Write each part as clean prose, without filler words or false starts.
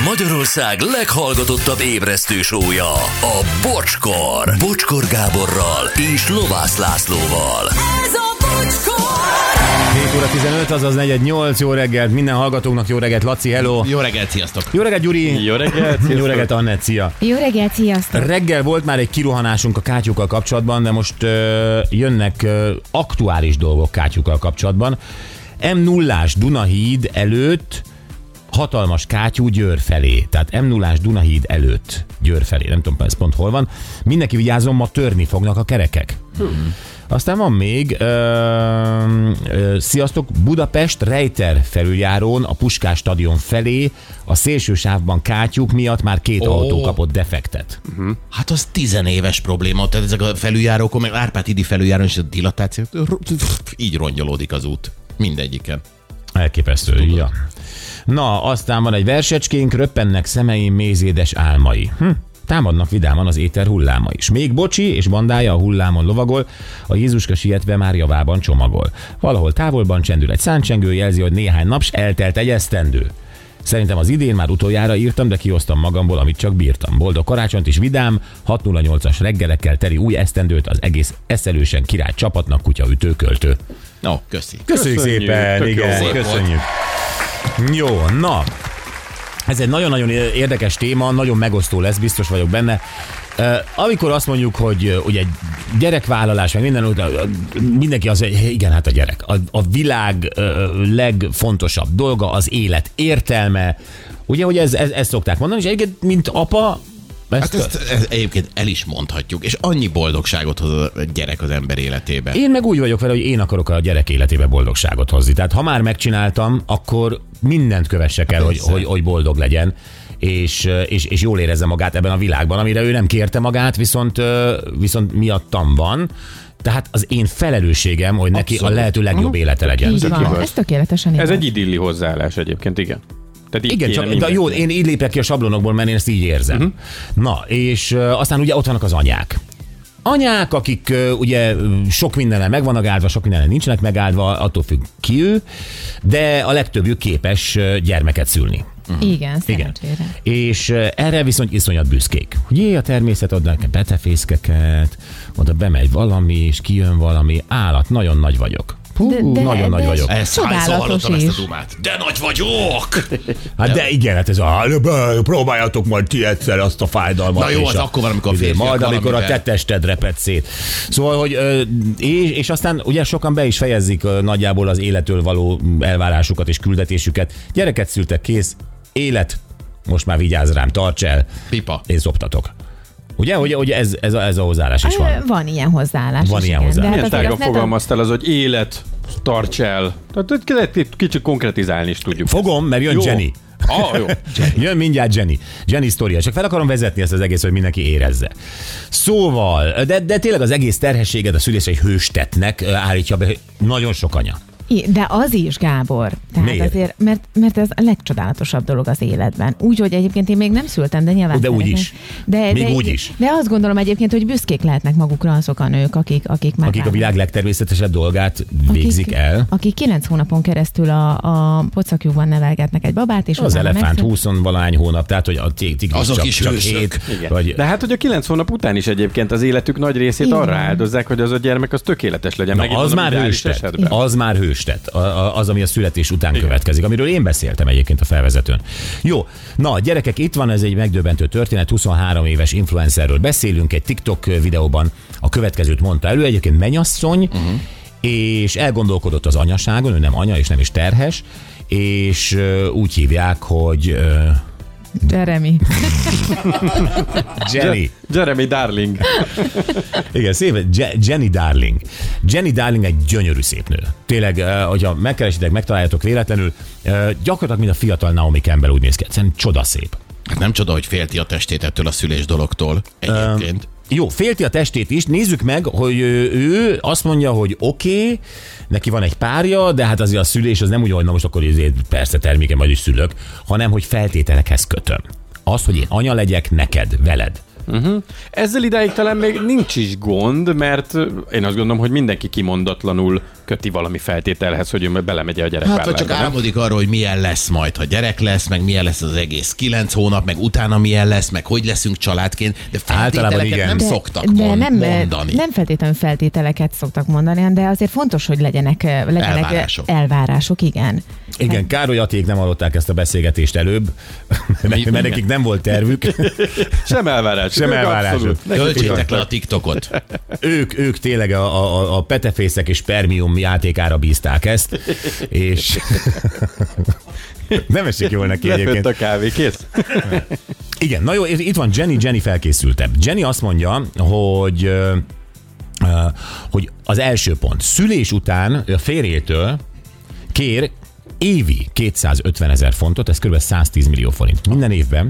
Magyarország leghallgatottabb ébresztő show-ja, a Bocskor. Bocskor Gáborral és Lovász Lászlóval. Ez a Bocskor! 7 óra 15, azaz 4:08, jó reggelt minden hallgatóknak, jó reggelt Laci, hello! Jó reggelt, sziasztok! Jó reggelt Gyuri! Jó reggelt, sziasztok. Jó reggelt Annett, szia! Jó reggelt, sziasztok! Reggel volt már egy kirohanásunk a kátyúkkal kapcsolatban, de most jönnek aktuális dolgok kátyúkkal kapcsolatban. M0-ás Dunahíd előtt hatalmas kátyú Győr felé. Tehát M0-ás Dunahíd előtt Győr felé. Nem tudom, ez pont hol van. Mindenki vigyázzon, ma törni fognak a kerekek. Aztán van még, sziasztok, Budapest Rejter felüljárón a Puskás stadion felé a szélső sávban kátyúk miatt már 2 autó kapott defektet. Hát az 10 éves probléma, tehát ezek a felüljárókon, meg Árpád-hídi felüljáron és a dilatáció, így rongyolódik az út. Mindegyiken. Elképesztő, ja. Na, aztán van egy versecskénk, röppennek szemeim mézédes álmai. Támadnak vidáman az éter hulláma is. Még Bocsi és bandája a hullámon lovagol, a Jézuska sietve már javában csomagol. Valahol távolban csendül egy száncsengő, jelzi, hogy néhány nap s eltelt egy esztendő. Szerintem az idén már utoljára írtam, de kihoztam magamból, amit csak bírtam. Boldog karácsonyt is vidám, 608-as reggelekkel teri új esztendőt az egész eszelősen király csapatnak, kutyaütő költő. No, köszi. Köszönjük szépen, tök jó igen, volt. köszönjük. Jó, na, ez egy nagyon-nagyon érdekes téma, nagyon megosztó lesz, biztos vagyok benne. Amikor azt mondjuk, hogy ugye gyerekvállalás, meg mindenki az, hogy igen, hát a gyerek. A világ legfontosabb dolga, az élet értelme. Ugye, hogy ezt szokták mondani, és egyébként, mint apa, Ezt egyébként el is mondhatjuk, és annyi boldogságot hoz a gyerek az ember életébe. Én meg úgy vagyok vele, hogy én akarok a gyerek életébe boldogságot hozni. Tehát ha már megcsináltam, akkor mindent kövessek el, hogy boldog legyen, és jól érezze magát ebben a világban, amire ő nem kérte magát, viszont miattam van. Tehát az én felelősségem, hogy neki a lehető legjobb élete legyen. Így van, ez tökéletesen igaz. Ez egy idilli hozzáállás egyébként, igen. Tehát Igen, csak de jó, én így lépek ki a sablonokból, mert én ezt így érzem. Na, és aztán ugye ott vannak az anyák. Anyák, akik ugye sok mindennel meg vannak áldva, sok mindennel nincsenek megáldva, attól függ ki ő, de a legtöbbjük képes gyermeket szülni. Igen, szerencsére. És erre viszont iszonyat büszkék. Hogy a természet ad nekem betefészkeket, oda bemegy valami, és kijön valami, állat, nagyon nagy vagyok. Nagyon nagy vagyok. Ezt hányszor hallottam is. ezt a dumát? De nagy vagyok! Hát de igen, hát ez próbáljatok majd ti egyszer azt a fájdalmat. Na jó, az akkor van, amikor a férfiak majd amikor a valamivel. te tested reped szét. Szóval, hogy és aztán ugye sokan be is fejezik nagyjából az élettől való elvárásukat és küldetésüket. Gyereket szültek, kész, élet, most már vigyázz rám, tarts el. Pipa. És szoptatok. Ugye, hogy ez a hozzáállás is van. Van ilyen hozzáállás. Van is, ilyen igen. hozzáállás. De hát Milyen azért tágan azt ne fogalmaztál az, hogy élet, tarts el. Tehát kicsit konkretizálni is tudjuk. Fogom, mert jön Jó. Jenny. Jó. Jön mindjárt Jenny sztoria. Csak fel akarom vezetni ezt az egész, hogy mindenki érezze. Szóval, de tényleg az egész terhességet a szülés egy hőstetnek állítja be nagyon sok anya. De az is, Gábor. Tehát Miért? azért, mert ez a legcsodálatosabb dolog az életben. Úgyhogy egyébként én még nem szültem, de nyilván De úgy szeretnék. is. De Még úgy is. De azt gondolom egyébként, hogy büszkék lehetnek magukra azok a nők, akik már Akik a világ legtermészetesebb dolgát végzik el. Akik 9 hónapon keresztül a pocakjukban nevelgetnek egy babát, és Az utána elefánt megszül- 20-valahány hónap, tehát hogy a tigris Azok csak, is csak hősök. 7. Igen. Vagy, De hát, hogy a 9 hónap után is egyébként az életük nagy részét Igen. arra áldozzák, hogy az a gyermek az tökéletes legyen. na, Megint az mondom, már ideális hőstet. esetben. Az már hőstet. Az, ami a születés után következik, amiről én beszéltem egyébként a felvezetőn. Jó, na gyerekek, itt van ez egy megdöbbentő történet, 23 éves influencerről beszélünk, egy TikTok videóban a következőt mondta elő, egyébként mennyasszony, és elgondolkodott az anyaságon, ő nem anya és nem is terhes, és úgy hívják, hogy Jeremy. Jenny. Jeremy Darling. Igen, szép, Jenny Darling. Jenny Darling egy gyönyörű szép nő. Tényleg, hogyha megkeresitek, megtaláljátok véletlenül, gyakorlatilag mint a fiatal Naomi Campbell úgy néz ki. Egyszerűen csodaszép. Hát nem csoda, hogy félti a testét ettől a szülés dologtól. Egyébként. Jó, félti a testét is. Nézzük meg, hogy ő azt mondja, hogy oké, neki van egy párja, de hát azért a szülés az nem úgy, hogy na most akkor persze terméken majd is szülök, hanem hogy feltételekhez kötöm. Az, hogy én anya legyek neked, veled. Ezzel idáig talán még nincs is gond, mert én azt gondolom, hogy mindenki kimondatlanul köti valami feltételhez, hogy ő belemegy a gyerek Hát vagy csak álmodik arról, hogy milyen lesz majd, ha gyerek lesz, meg milyen lesz az egész 9 hónap, meg utána milyen lesz, meg hogy leszünk családként, de feltételeket igen. nem szoktak mondani. Nem feltétlenül feltételeket szoktak mondani, de azért fontos, hogy legyenek elvárások, igen. Igen, Károly Atték nem hallották ezt a beszélgetést előbb, mert nekik nem volt tervük. Sem elvárás. Sem elvárások. Töltsétek le a TikTokot. Ők tényleg a petefészek és spermium játékára bízták ezt, és nem esik jól neki Lefőtt egyébként. a kávé, kész. Igen, na jó, itt van Jenny felkészültebb. Jenny azt mondja, hogy az első pont. Szülés után a férjétől kér évi 250 000 fontot, ez kb. 110 millió forint. Minden évben.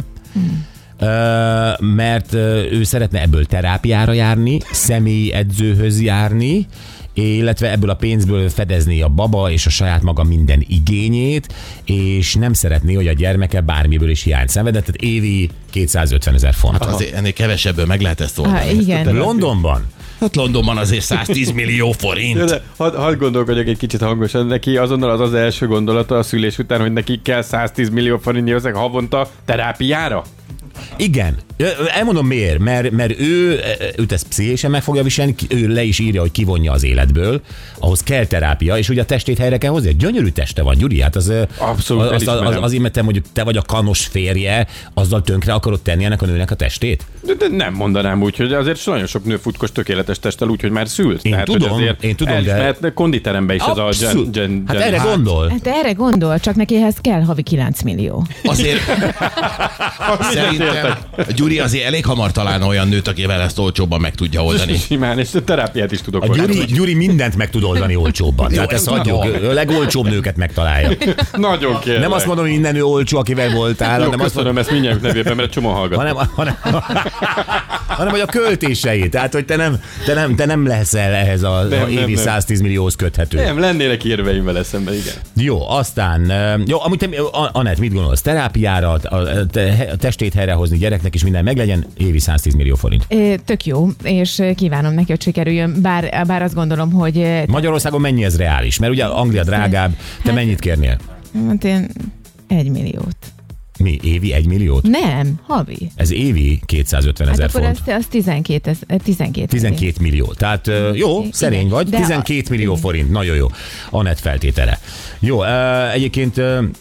Mert ő szeretne ebből terápiára járni, személyi edzőhöz járni, illetve ebből a pénzből fedezni a baba és a saját maga minden igényét, és nem szeretné, hogy a gyermeke bármiből is hiányt szenvedett, tehát évi 250 000 font. Hát azért ennél kevesebből meg lehet ezt oldani. Igen. Londonban? Hát Londonban azért 110 millió forint. Hadd gondolkodjak egy kicsit hangosan, neki azonnal az első gondolata a szülés után, hogy neki kell 110 millió forintnyi összeg havonta terápiára? Igen. Elmondom miért, mert őt ezt pszichésen meg fogja viselni, ő le is írja, hogy kivonja az életből, ahhoz kell terápia, és ugye a testét helyre kell hozni. Gyönyörű teste van, Gyuri, hát abszolút azért, mert te mondjuk te vagy a kanos férje, azzal tönkre akarod tenni ennek a nőnek a testét? De nem mondanám úgy, hogy azért nagyon sok nő futkos tökéletes testtel úgy, hogy már szült. Én tudom, de... Mert konditerembe is ez a Hát erre gondol. Hát erre gondol, csak neki ehhez kell havi 9 millió. Azért szerintem Gyuri azért elég hamar találna olyan nőt, akivel ezt olcsóbban meg tudja oldani. Simán, és terápiát is tudok oldani. Gyuri mindent meg tud oldani olcsóbban. Tehát ezt adjuk, a legolcsóbb nőket megtalálja. Nagyon kérlek. Nem azt mondom, hogy minden nő olcsó, akivel voltál. Jó, hanem köszönöm ezt mindjárt nevében, mert csomó hallgat. Hanem hogy a költései. Tehát, hogy te nem leszel ehhez az évi 110 millióhoz köthető. Nem, lennének érveim vele szemben, igen. Jó, aztán, amúgy te, Anett, mit gondolsz? Terápiára, a testét helyrehozni gyereknek is minden meglegyen, évi 110 millió forint. Tök jó, és kívánom neki, hogy sikerüljön, bár azt gondolom, hogy... Magyarországon mennyi ez reális? Mert ugye Anglia drágább, te mennyit kérnél? Hát én 1 milliót. Mi? Évi 1 milliót? Nem, havi. Ez évi 250 000 font. Hát akkor az 12 millió. Tehát jó, igen, szerény vagy. 12 millió forint. Nagyon jó. Anett feltétele. Jó, egyébként...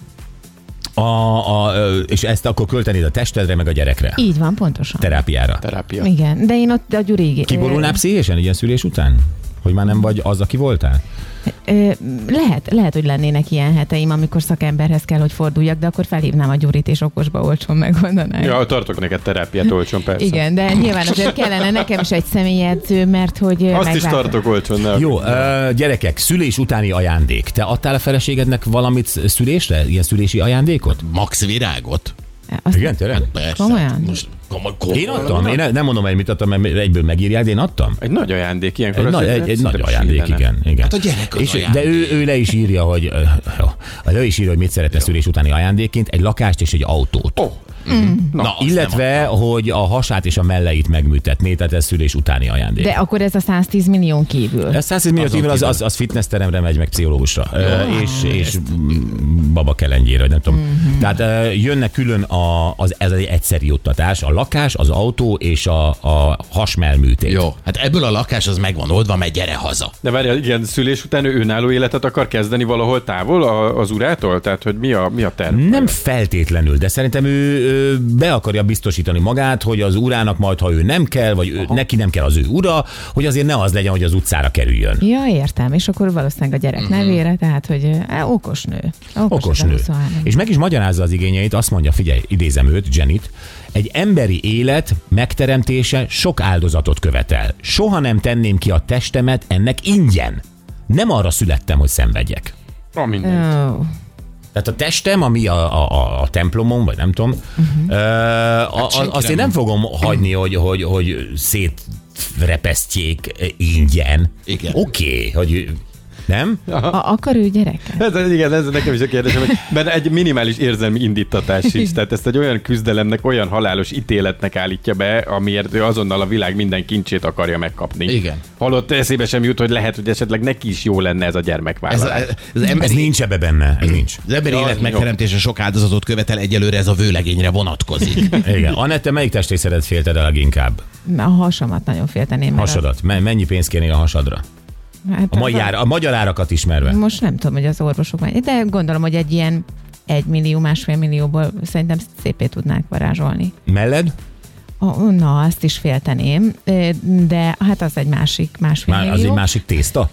és ezt akkor költenéd a testedre, meg a gyerekre. Így van, pontosan. Terápiára. Terápia. Igen, de én ott a Gyuri... Kiborulnál pszichésen ilyen szülés után? Hogy már nem vagy az, aki voltál? Lehet, hogy lennének ilyen heteim, amikor szakemberhez kell, hogy forduljak, de akkor felhívnám a Gyurit, és okosba olcsón megoldanám. Ja, tartok neked terápiát olcsón, persze. Igen, de nyilván azért kellene nekem is egy személyedző, mert hogy... Azt is tartok olcsón. Jó, gyerekek, szülés utáni ajándék. Te adtál a feleségednek valamit szülésre? Ilyen szülési ajándékot? Max virágot? Igen, tényleg? Komolyan? Én adtam, én nem mondom, hogy mit adtam, mert egyből megírják, de én adtam. Egy nagy ajándék ilyenkor. Egy nagy ajándék, igen. Hát a gyerek az ajándék. De ő le is írja, hogy mit szeretne szülés utáni ajándékként, egy lakást és egy autót. Oh. Na, illetve, hogy a hasát és a melleit megműtetné, tehát ez szülés utáni ajándék. De akkor ez a 110 millión kívül. Ez 110 millió kívül az fitnessteremre megy, meg pszichológusra. És baba kelengyére, vagy nem tudom. Tehát jönne külön ez egy egyszeri juttatás, a lakás, az autó és a hasmellműtét. Jó, hát ebből a lakás az megvan oldva, mert gyere haza. De várjál, igen, szülés után ő önálló életet akar kezdeni valahol távol az urától? Tehát, hogy mi a terv? Nem feltétlenül, de szerintem ő be akarja biztosítani magát, hogy az urának majd, ha ő nem kell, vagy neki nem kell az ő ura, hogy azért ne az legyen, hogy az utcára kerüljön. Ja, értem, és akkor valószínűleg a gyerek nevére, tehát, hogy okos nő. Okos nő. És meg is magyarázza az igényeit, azt mondja, figyelj, idézem őt, Jennyt, egy emberi élet megteremtése sok áldozatot követel. Soha nem tenném ki a testemet ennek ingyen. Nem arra születtem, hogy szenvedjek. Tehát a testem, ami a templomon, vagy nem tudom, azt én nem fogom hagyni, hogy szétrepesztjék ingyen. Igen. Oké, hogy Nem? Akar ő gyereket? Ez nekem is a kérdésem, hogy benne egy minimális érzelmi indítatás is. Tehát ezt egy olyan küzdelemnek, olyan halálos ítéletnek állítja be, amiért ő azonnal a világ minden kincsét akarja megkapni. Igen. Holott eszébe sem jut, hogy lehet, hogy esetleg neki is jó lenne ez a gyermekvállalás. Ez nincs ebbe benne. Ez nincs. Az emberi élet megteremtése sok áldozatot követel, egyelőre ez a vőlegényre vonatkozik. Igen. Anette, melyik testrészedet félted el leginkább? A hasamat nagyon félteném. Hasadat. Mennyi pénzt kérnél a hasadra? Hát A magyar árakat ismerve. most nem tudom, hogy az orvosok van, de gondolom, hogy egy ilyen 1 millió, 1,5 millióból szerintem szépé tudnák varázsolni. Melled? Na, azt is félteném, de hát az egy másik 1,5 millió. Az egy másik tészta?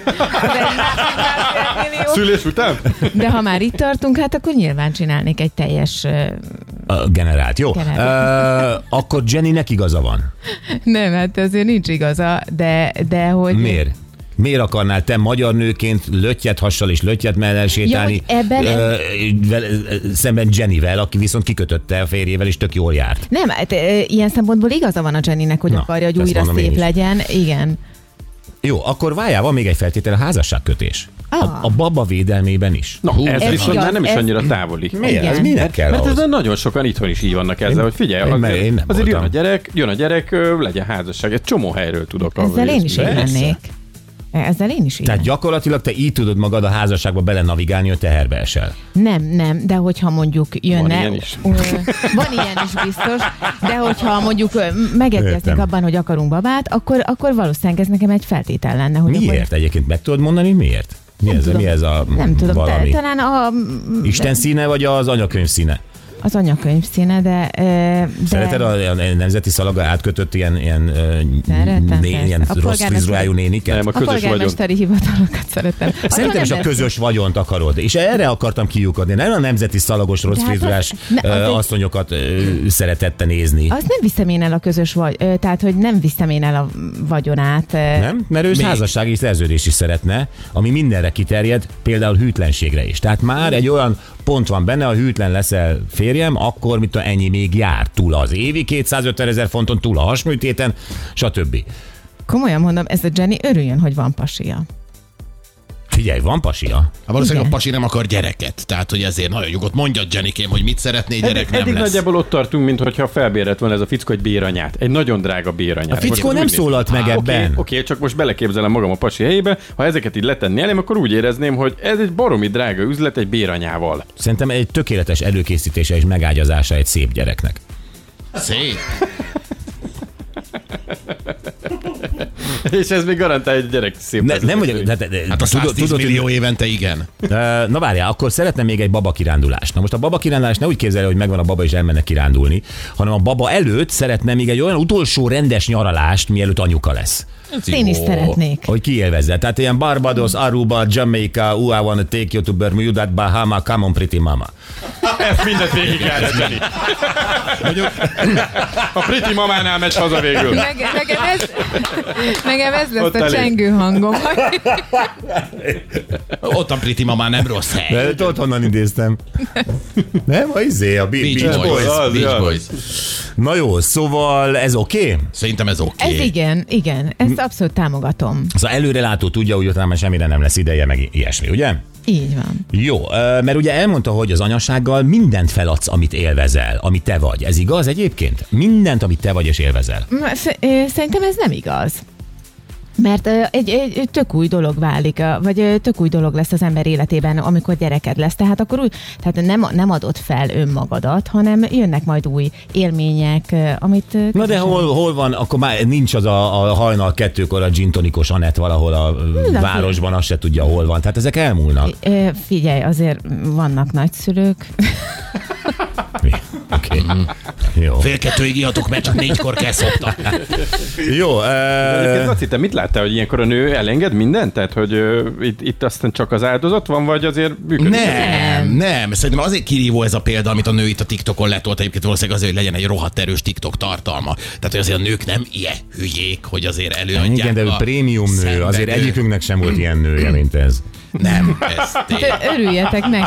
Szülés után? De ha már itt tartunk, hát akkor nyilván csinálnék egy teljes... Generált. Jó. Akkor Jennynek igaza van. Nem, hát azért nincs igaza, de hogy... Miért? Miért akarnál te magyar nőként löttyet hassal és löttyet mellel sétálni szemben Jennyvel, aki viszont kikötötte a férjével, és tök jól járt? Nem, hát ilyen szempontból igaza van a Jennynek, hogy akarja, hogy újra szép legyen. Igen. Jó, akkor várjál, van még egy feltétel, a házasságkötés. A baba védelmében is. Ez viszont igaz, már nem is annyira távoli. Miért? Ez minek kell Mert ahhoz? ezen nagyon sokan itthon is így vannak ezzel, hogy figyelj, azért jön a gyerek, legyen házasság. Egy csomó helyről tudok. Ezzel én is így lennék. Ezzel én is így. Tehát gyakorlatilag te így tudod magad a házasságba belenavigálni, hogy teherbe esel. Nem, de hogyha mondjuk jönne... Van ilyen is. Van ilyen is biztos, de hogyha mondjuk megegyeznék abban, hogy akarunk babát, akkor valószínűleg ez nekem egy feltétel lenne. Hogy miért? Egyébként meg tudod mondani, miért? Mi ez a nem tudom, valami? Talán a... Isten színe, vagy az anyakönyv színe? Az anyakönyv színe, de... Szereted a nemzeti szalaga átkötött ilyen rossz frizruájú néniket? Nem, a polgármesteri hivatalokat szeretem. Szerintem is a közös vagyont akarod, és erre akartam kiukadni. Nem a nemzeti szalagos rossz frizurás asszonyokat szeretette nézni. Azt nem viszem én el a közös tehát hogy nem viszem én el a vagyonát. Nem? Mert ő házassági szerződés is szeretne, ami mindenre kiterjed, például hűtlenségre is. Tehát már egy olyan pont van benne, ha hűtlen leszel férjem, akkor mit tudom, ennyi még jár túl az évi 250 000 fonton, túl a hasműtéten, stb. Komolyan mondom, ez a Jenny örüljön, hogy van pasia. Figyelj, van pasia? Hát valószínűleg a pasi nem akar gyereket. Tehát, hogy ezért nagyon nyugodt mondja Jennykém, hogy mit szeretné, gyerek nem eddig lesz. nagyjából ott tartunk, mintha felbérelt volna ez a fickó egy béranyát. Egy nagyon drága béranyát. A fickó nem szólalt meg ebben. Oké, csak most beleképzelem magam a pasi helyébe. Ha ezeket így letenni elém, akkor úgy érezném, hogy ez egy baromi drága üzlet egy béranyával. Szerintem egy tökéletes előkészítése és megágyazása egy szép gyereknek. Szép. És ez még garantál egy gyerek szép. Nem vagyok. Hát a 110 millió évente igen. Na várjál, akkor szeretném még egy baba kirándulást. Na most a baba kirándulás ne úgy képzelje, hogy megvan a baba és elmennek kirándulni, hanem a baba előtt szeretne még egy olyan utolsó rendes nyaralást, mielőtt anyuka lesz. Én is szeretnék. Hogy kiélvezze. Tehát ilyen Barbados, Aruba, Jamaica, I wanna take you to Bermuda, Bahama, come on pretty mama. Ezt mindet végig kell reggeli. A pretty mamánál megy haza végül. Nekem ez lesz a csengő hangom. Ott a pretty mamá nem rossz hely. De tudod, honnan idéztem? Nem? A Beach Boys. Na jó, szóval ez oké? Szerintem ez oké. Ez igen. Ezt abszolút támogatom. Szóval előrelátó tudja, hogy utána már semmire nem lesz ideje, meg ilyesmi, ugye? Így van. Jó, mert ugye elmondta, hogy az anyasággal mindent feladsz, amit élvezel, ami te vagy. Ez igaz egyébként? Mindent, amit te vagy és élvezel. Szerintem ez nem igaz. Mert egy tök új dolog válik, vagy tök új dolog lesz az ember életében, amikor gyereked lesz. Tehát akkor tehát nem adod fel önmagadat, hanem jönnek majd új élmények, amit... Na de hol van, akkor már nincs az a hajnal 2-kor a gin tonikos Anett valahol a városban, azt se tudja, hol van. Tehát ezek elmúlnak. Figyelj, azért vannak nagyszülők. Oké. Jó. 1:30 ihatok, mert csak 4-kor kell szoptatni. Jó. Laci, te mit láttál, hogy ilyenkor a nő elenged mindent? Tehát, hogy itt aztán csak az áldozat van, vagy azért működik? Nem. Szerintem azért kirívó ez a példa, amit a nő itt a TikTokon letolt, egyébként valószínűleg azért, hogy legyen egy rohadt erős TikTok tartalma. Tehát, hogy azért a nők nem ilyen hülyék, hogy azért előadják. Igen, de ő prémium nő, azért egyikünknek sem volt ilyen nője, mint ez. Nem, ez tényleg. Örüljetek neki.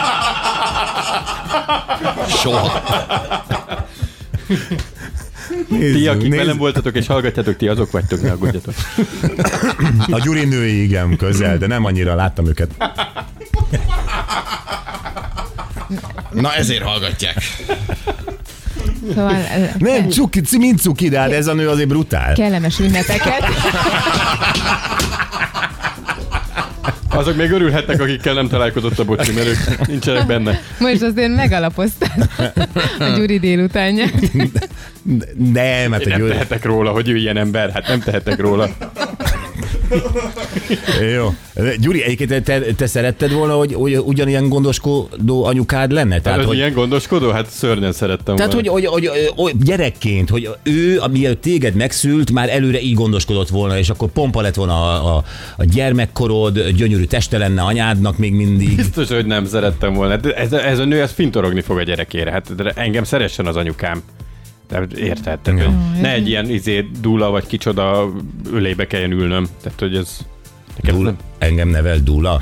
Soha. Ti, akik velem voltatok és hallgatjátok, ti azok vagytok, ne aggódjatok. A Gyuri női, igen, közel, de nem annyira, láttam őket. Na ezért hallgatják. Szóval, Nem, cuki, mint cuki, de hát ez a nő azért brutál. kellemes ünnepeket. Azok még örülhetnek, akikkel nem találkozott a bocsi, mert ők nincsenek benne. Most azért megalapoztad a Gyuri délutánját. Nem, hát a Nem Gyuri... tehetek róla, hogy ő ilyen ember, hát nem tehetek róla. Jó. Gyuri, egyébként te szeretted volna, hogy ugyanilyen gondoskodó anyukád lenne? Tehát, hogy ilyen gondoskodó? Hát szörnyen szerettem tehát, volna. hogy gyerekként, hogy ő, mielőtt téged megszült, már előre így gondoskodott volna, és akkor pompa lett volna a gyermekkorod, gyönyörű teste lenne anyádnak még mindig. Biztos, hogy nem szerettem volna. Ez a nő, ez fintorogni fog a gyerekére. Hát de engem szeressen az anyukám. Érted? Tehát, hogy ne egy ilyen dúla vagy kicsoda ölébe kelljen ülnöm. Tehát, hogy ez... Dula, engem nevel Dula.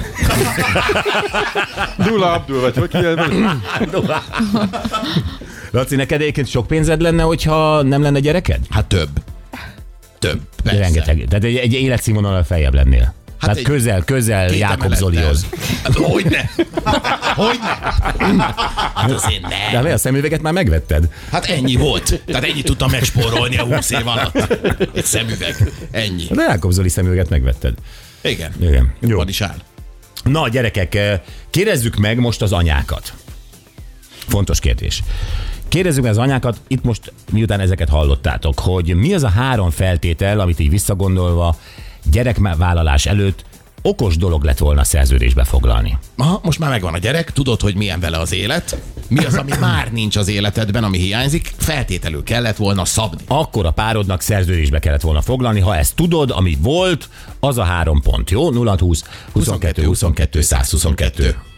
Dula Abdul vagy, hogy Dula. Laci, neked egyébként sok pénzed lenne, hogyha nem lenne gyereked? Hát több, persze. Rengeteg. Tehát egy életszínvonalal feljebb lennél. Hát közel Jákob Zolihoz. Hogyne? Hát azért De nem. a szemüveget már megvetted? Hát ennyi volt. Tehát ennyit tudtam megspórolni a 20 év alatt. Egy szemüveg. Ennyi. De Jákob Zoli szemüveget megvetted. Igen. Jó. Van is áll. Na, gyerekek, kérdezzük meg most az anyákat. Fontos kérdés. Kérdezzük meg az anyákat, itt most, miután ezeket hallottátok, hogy mi az a 3 feltétel, amit így visszagondolva gyerekvállalás előtt okos dolog lett volna szerződésbe foglalni. Aha, most már megvan a gyerek, tudod, hogy milyen vele az élet, mi az, ami már nincs az életedben, ami hiányzik, feltételül kellett volna szabni. Akkor a párodnak szerződésbe kellett volna foglalni, ha ezt tudod, ami volt, az a 3 pont, jó? 0-20 22 22 122.